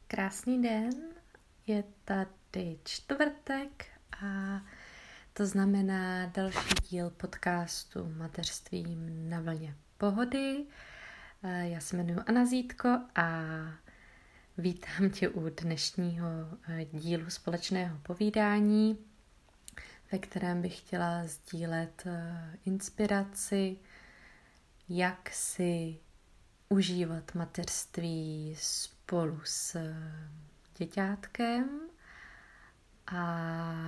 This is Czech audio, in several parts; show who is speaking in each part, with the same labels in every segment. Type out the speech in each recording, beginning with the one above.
Speaker 1: Krásný den, je tady čtvrtek a to znamená další díl podcastu Mateřstvím na vlně pohody. Já se jmenuji Anna Zítko a vítám tě u dnešního dílu společného povídání, ve kterém bych chtěla sdílet inspiraci, jak si užívat mateřství spolu s děťátkem. A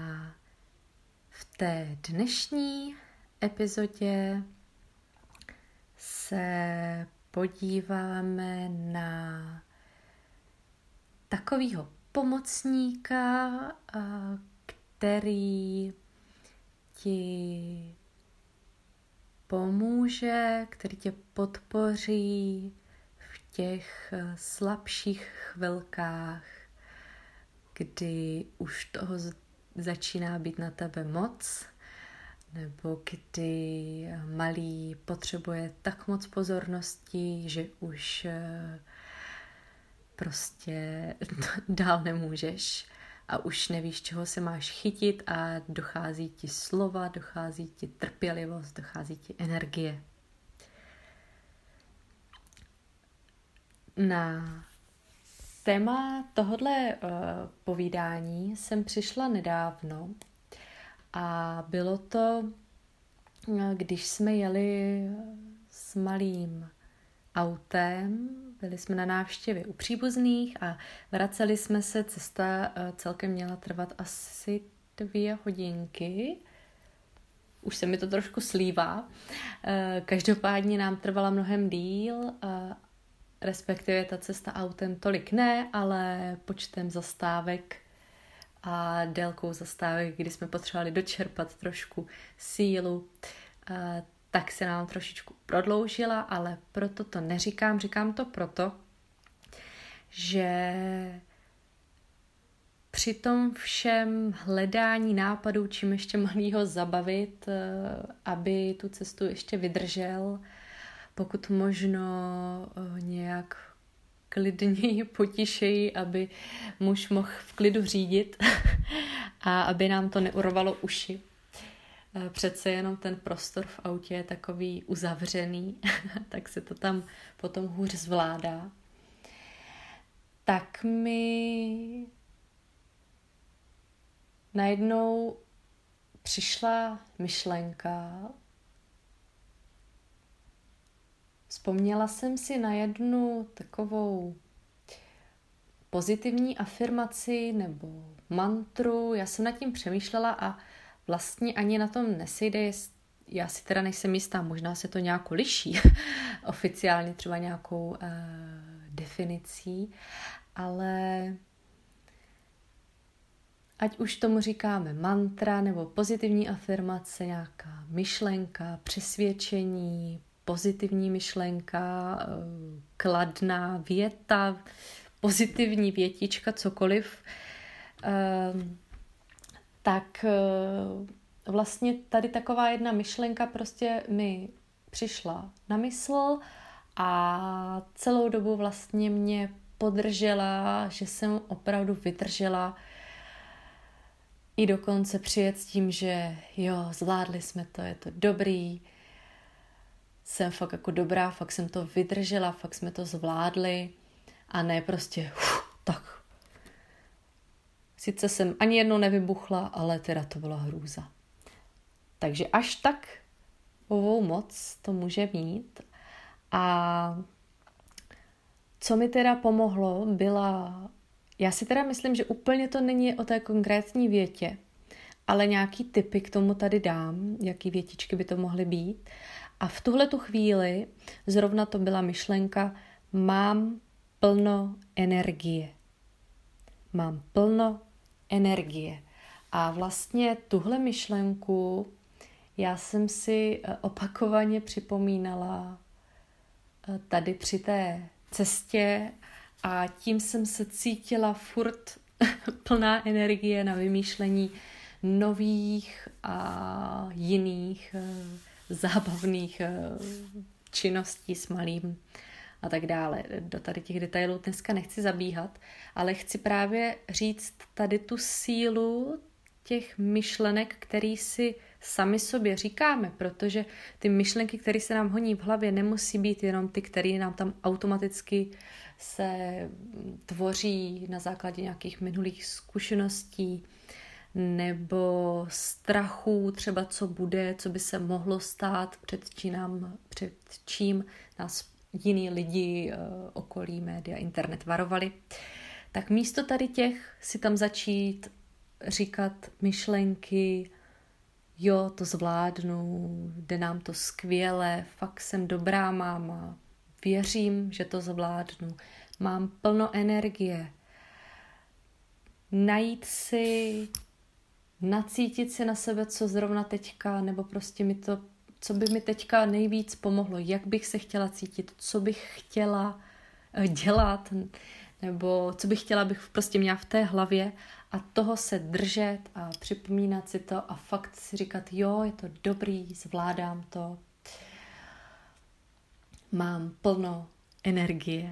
Speaker 1: v té dnešní epizodě se podíváme na takového pomocníka, který ti pomůže, který tě podpoří v těch slabších chvilkách, kdy už toho začíná být na tebe moc, nebo kdy malý potřebuje tak moc pozornosti, že už prostě dál nemůžeš a už nevíš, čeho se máš chytit a dochází ti slova, dochází ti trpělivost, dochází ti energie. Na téma tohodle povídání jsem přišla nedávno a bylo to, když jsme jeli s malým autem, byli jsme na návštěvě u příbuzných a vraceli jsme se, cesta celkem měla trvat asi 2 hodinky. Už se mi to trošku slívá. Každopádně nám trvala mnohem díl, respektive ta cesta autem tolik ne, ale počtem zastávek a délkou zastávek, kdy jsme potřebovali dočerpat trošku sílu, tak se nám trošičku prodloužila, ale proto to neříkám. Říkám to proto, že při tom všem hledání nápadů, čím ještě malýho zabavit, aby tu cestu ještě vydržel, pokud možno nějak klidněji, potišeji, aby muž mohl v klidu řídit a aby nám to neurvalo uši. Přece jenom ten prostor v autě je takový uzavřený, tak se to tam potom hůř zvládá. Tak mi najednou přišla myšlenka. Vzpomněla jsem si na jednu takovou pozitivní afirmaci nebo mantru. Já jsem nad tím přemýšlela a vlastně ani na tom nesejde. Já si teda nejsem jistá, možná se to nějak liší oficiálně třeba nějakou definicí, ale ať už tomu říkáme mantra nebo pozitivní afirmace, nějaká myšlenka, přesvědčení, pozitivní myšlenka, kladná věta, pozitivní větička, cokoliv, tak vlastně tady taková jedna myšlenka prostě mi přišla na mysl a celou dobu vlastně mě podržela, že jsem opravdu vydržela i dokonce přijet s tím, že jo, zvládli jsme to, je to dobrý, jsem fakt jako dobrá, fakt jsem to vydržela, fakt jsme to zvládli a ne prostě tak. Sice jsem ani jednou nevybuchla, ale teda to byla hrůza. Takže až tak ovou moc to může mít. A co mi teda pomohlo, já si teda myslím, že úplně to není o té konkrétní větě, ale nějaký tipy k tomu tady dám, jaký větičky by to mohly být. A v tuhletu chvíli zrovna to byla myšlenka, mám plno energie. Mám plno energie. A vlastně tuhle myšlenku já jsem si opakovaně připomínala tady při té cestě a tím jsem se cítila furt plná energie na vymýšlení nových a jiných zábavných činností s malým a tak dále. Do tady těch detailů dneska nechci zabíhat, ale chci právě říct tady tu sílu těch myšlenek, které si sami sobě říkáme, protože ty myšlenky, které se nám honí v hlavě, nemusí být jenom ty, které nám tam automaticky se tvoří na základě nějakých minulých zkušeností nebo strachů, třeba co bude, co by se mohlo stát, před čím nás jiní lidi, okolí, média, internet varovali. Tak místo tady těch si tam začít říkat myšlenky, jo, to zvládnu, jde nám to skvěle, fakt jsem dobrá máma, věřím, že to zvládnu, mám plno energie. Najít si, nacítit si na sebe, co zrovna teďka, nebo prostě co by mi teďka nejvíc pomohlo, jak bych se chtěla cítit, co bych chtěla dělat, nebo co bych chtěla, abych prostě měla v té hlavě a toho se držet a připomínat si to a fakt si říkat, jo, je to dobrý, zvládám to, mám plno energie.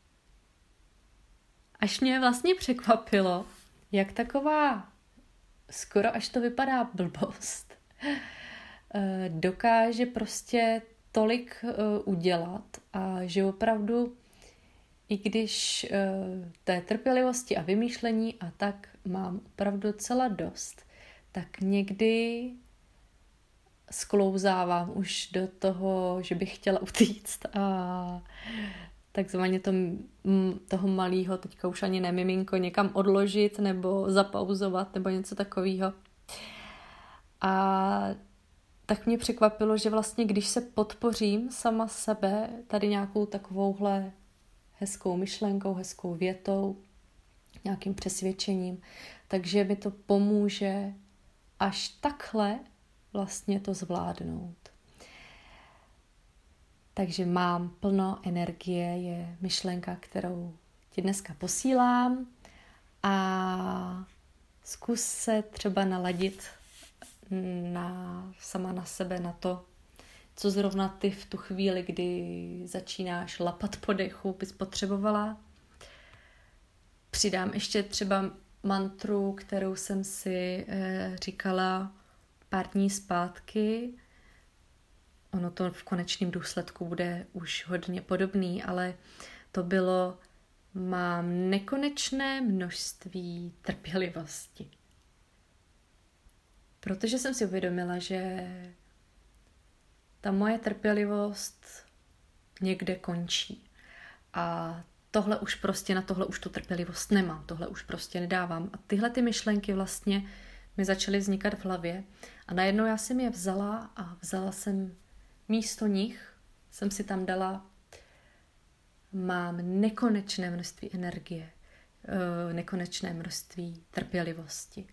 Speaker 1: Až mě vlastně překvapilo, jak taková skoro až to vypadá blbost, dokáže prostě tolik udělat a že opravdu i když té trpělivosti a vymýšlení a tak mám opravdu docela dost, tak někdy sklouzávám už do toho, že bych chtěla utíct a takzvaně toho malého, teďka už ani miminko, někam odložit nebo zapauzovat nebo něco takového. A tak mě překvapilo, že vlastně když se podpořím sama sebe tady nějakou takovouhle hezkou myšlenkou, hezkou větou, nějakým přesvědčením, takže mi to pomůže až takhle vlastně to zvládnout. Takže mám plno energie, je myšlenka, kterou ti dneska posílám a zkus se třeba naladit sama na sebe, na to, co zrovna ty v tu chvíli, kdy začínáš lapat po dechu, bys potřebovala. Přidám ještě třeba mantru, kterou jsem si říkala pár dní zpátky. Ono to v konečném důsledku bude už hodně podobný, ale to bylo: mám nekonečné množství trpělivosti. Protože jsem si uvědomila, že ta moje trpělivost někde končí. A tohle už prostě, na tohle už tu trpělivost nemám, tohle už prostě nedávám. A tyhle ty myšlenky vlastně mi začaly vznikat v hlavě. A najednou já jsem je vzala a vzala jsem místo nich, jsem si tam dala: mám nekonečné množství energie, nekonečné množství trpělivosti.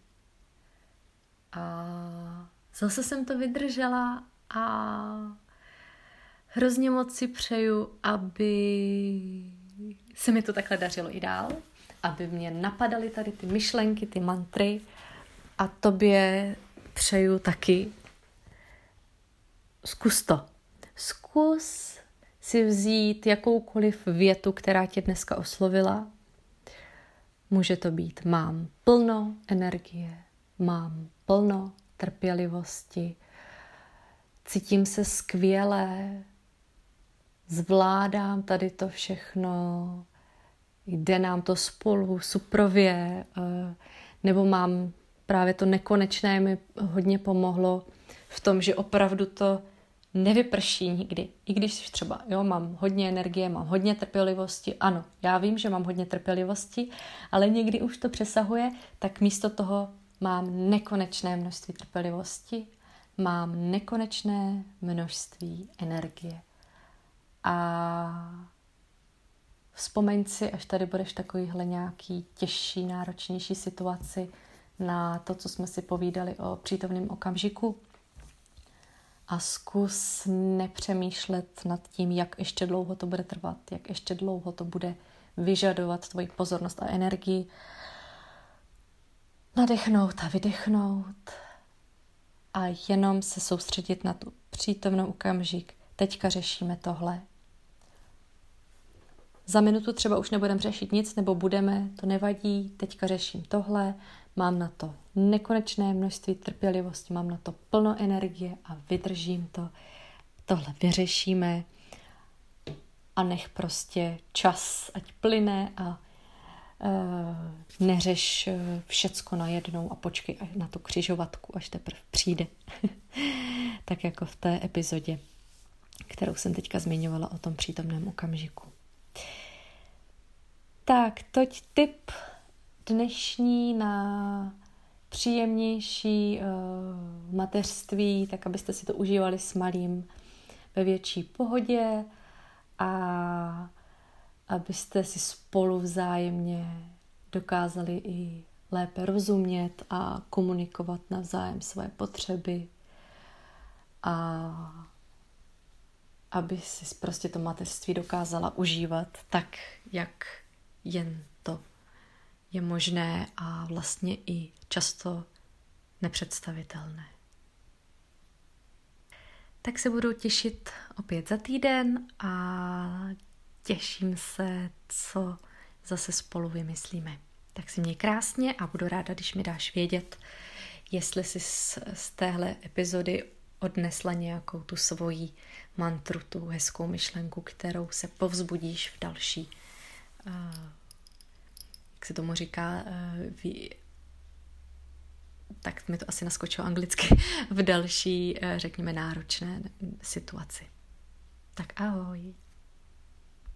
Speaker 1: A zase jsem to vydržela a hrozně moc si přeju, aby se mi to takhle dařilo i dál, aby mě napadaly tady ty myšlenky, ty mantry, a tobě přeju taky. Zkus to. Zkus si vzít jakoukoliv větu, která tě dneska oslovila. Může to být: mám plno energie, mám plno trpělivosti, cítím se skvěle, zvládám tady to všechno, jde nám to spolu suprově, nebo mám právě to nekonečné, mi hodně pomohlo v tom, že opravdu to nevyprší nikdy. I když třeba mám hodně energie, mám hodně trpělivosti, ano, já vím, že mám hodně trpělivosti, ale někdy už to přesahuje, tak místo toho mám nekonečné množství trpělivosti, mám nekonečné množství energie. A vzpomeň si, až tady budeš takovýhle nějaký těžší, náročnější situaci, na to, co jsme si povídali o přítomném okamžiku, a zkus nepřemýšlet nad tím, jak ještě dlouho to bude trvat, jak ještě dlouho to bude vyžadovat tvoji pozornost a energii. Nadechnout a vydechnout a jenom se soustředit na tu přítomnou okamžik. Teďka řešíme tohle. za minutu třeba už nebudeme řešit nic, nebo budeme, to nevadí, teďka řeším tohle, mám na to nekonečné množství trpělivosti, mám na to plno energie a vydržím to, tohle vyřešíme a nech prostě čas, ať plyne a neřeš všecko najednou a počkej na tu křižovatku, až teprve přijde. Tak jako v té epizodě, kterou jsem teďka zmiňovala o tom přítomném okamžiku. Tak, toť tip dnešní na příjemnější mateřství, tak abyste si to užívali s malým ve větší pohodě a abyste si spolu vzájemně dokázali i lépe rozumět a komunikovat navzájem své potřeby a aby si prostě to mateřství dokázala užívat tak, jak jen to je možné a vlastně i často nepředstavitelné. Tak se budu těšit opět za týden a těším se, co zase spolu vymyslíme. Tak si měj krásně a budu ráda, když mi dáš vědět, jestli jsi z téhle epizody odnesla nějakou tu svoji mantru, tu hezkou myšlenku, kterou se povzbudíš v další, jak se tomu říká, tak mi to asi naskočilo anglicky, v další, řekněme, náročné situaci. Tak ahoj.